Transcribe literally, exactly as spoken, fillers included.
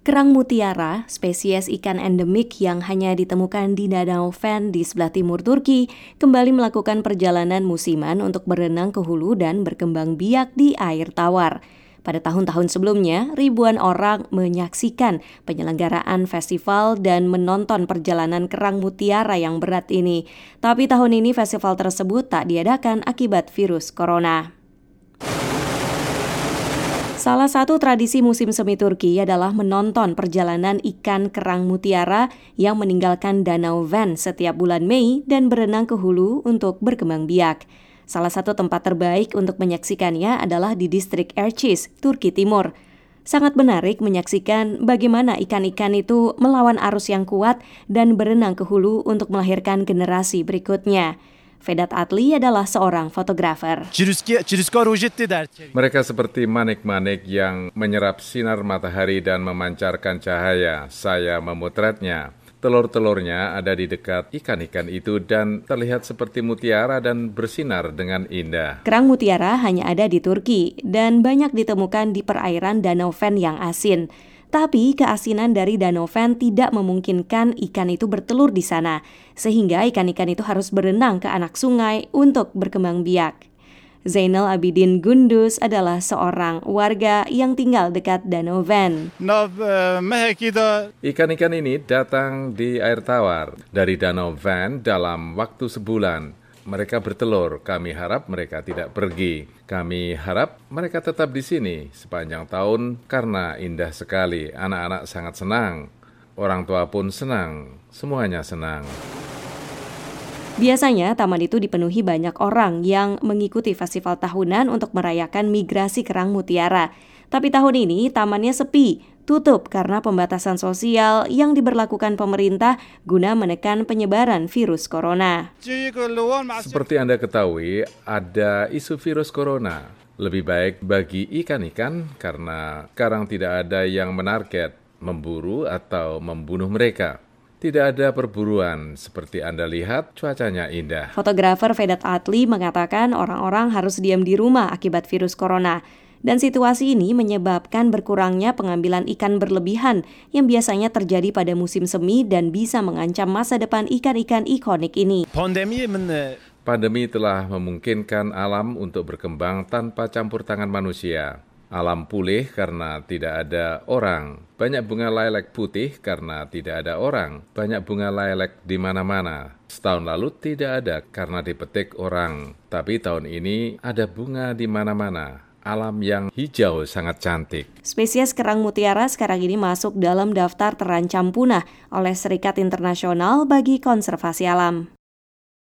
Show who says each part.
Speaker 1: Kerang mutiara, spesies ikan endemik yang hanya ditemukan di Danau Van di sebelah timur Turki, kembali melakukan perjalanan musiman untuk berenang ke hulu dan berkembang biak di air tawar. Pada tahun-tahun sebelumnya, ribuan orang menyaksikan penyelenggaraan festival dan menonton perjalanan kerang mutiara yang berat ini. Tapi tahun ini festival tersebut tak diadakan akibat virus corona. Salah satu tradisi musim semi Turki adalah menonton perjalanan ikan kerang mutiara yang meninggalkan Danau Van setiap bulan Mei dan berenang ke hulu untuk berkembang biak. Salah satu tempat terbaik untuk menyaksikannya adalah di distrik Erciş, Turki Timur. Sangat menarik menyaksikan bagaimana ikan-ikan itu melawan arus yang kuat dan berenang ke hulu untuk melahirkan generasi berikutnya. Vedat Atli adalah seorang fotografer.
Speaker 2: Mereka seperti manik-manik yang menyerap sinar matahari dan memancarkan cahaya. Saya memotretnya. Telur-telurnya ada di dekat ikan-ikan itu dan terlihat seperti mutiara dan bersinar dengan indah.
Speaker 1: Kerang mutiara hanya ada di Turki dan banyak ditemukan di perairan Danau Van yang asin. Tapi keasinan dari Danau Van tidak memungkinkan ikan itu bertelur di sana, sehingga ikan-ikan itu harus berenang ke anak sungai untuk berkembang biak. Zainal Abidin Gunduz adalah seorang warga yang tinggal dekat Danau Van.
Speaker 2: Ikan-ikan ini datang di air tawar dari Danau Van dalam waktu sebulan. Mereka bertelur, kami harap mereka tidak pergi. Kami harap mereka tetap di sini sepanjang tahun karena indah sekali. Anak-anak sangat senang, orang tua pun senang, semuanya senang.
Speaker 1: Biasanya taman itu dipenuhi banyak orang yang mengikuti festival tahunan untuk merayakan migrasi kerang mutiara. Tapi tahun ini tamannya sepi, tutup karena pembatasan sosial yang diberlakukan pemerintah guna menekan penyebaran virus corona.
Speaker 2: Seperti Anda ketahui, ada isu virus corona. Lebih baik bagi ikan-ikan karena sekarang tidak ada yang menarget, memburu atau membunuh mereka. Tidak ada perburuan, seperti Anda lihat cuacanya indah.
Speaker 1: Fotografer Vedat Atli mengatakan orang-orang harus diam di rumah akibat virus corona. Dan situasi ini menyebabkan berkurangnya pengambilan ikan berlebihan yang biasanya terjadi pada musim semi dan bisa mengancam masa depan ikan-ikan ikonik ini.
Speaker 2: Pandemi telah memungkinkan alam untuk berkembang tanpa campur tangan manusia. Alam pulih karena tidak ada orang. Banyak bunga lilac putih karena tidak ada orang. Banyak bunga lilac di mana-mana. Setahun lalu tidak ada karena dipetik orang. Tapi tahun ini ada bunga di mana-mana. Alam yang hijau sangat cantik.
Speaker 1: Spesies kerang mutiara sekarang ini masuk dalam daftar terancam punah oleh Serikat Internasional bagi Konservasi Alam.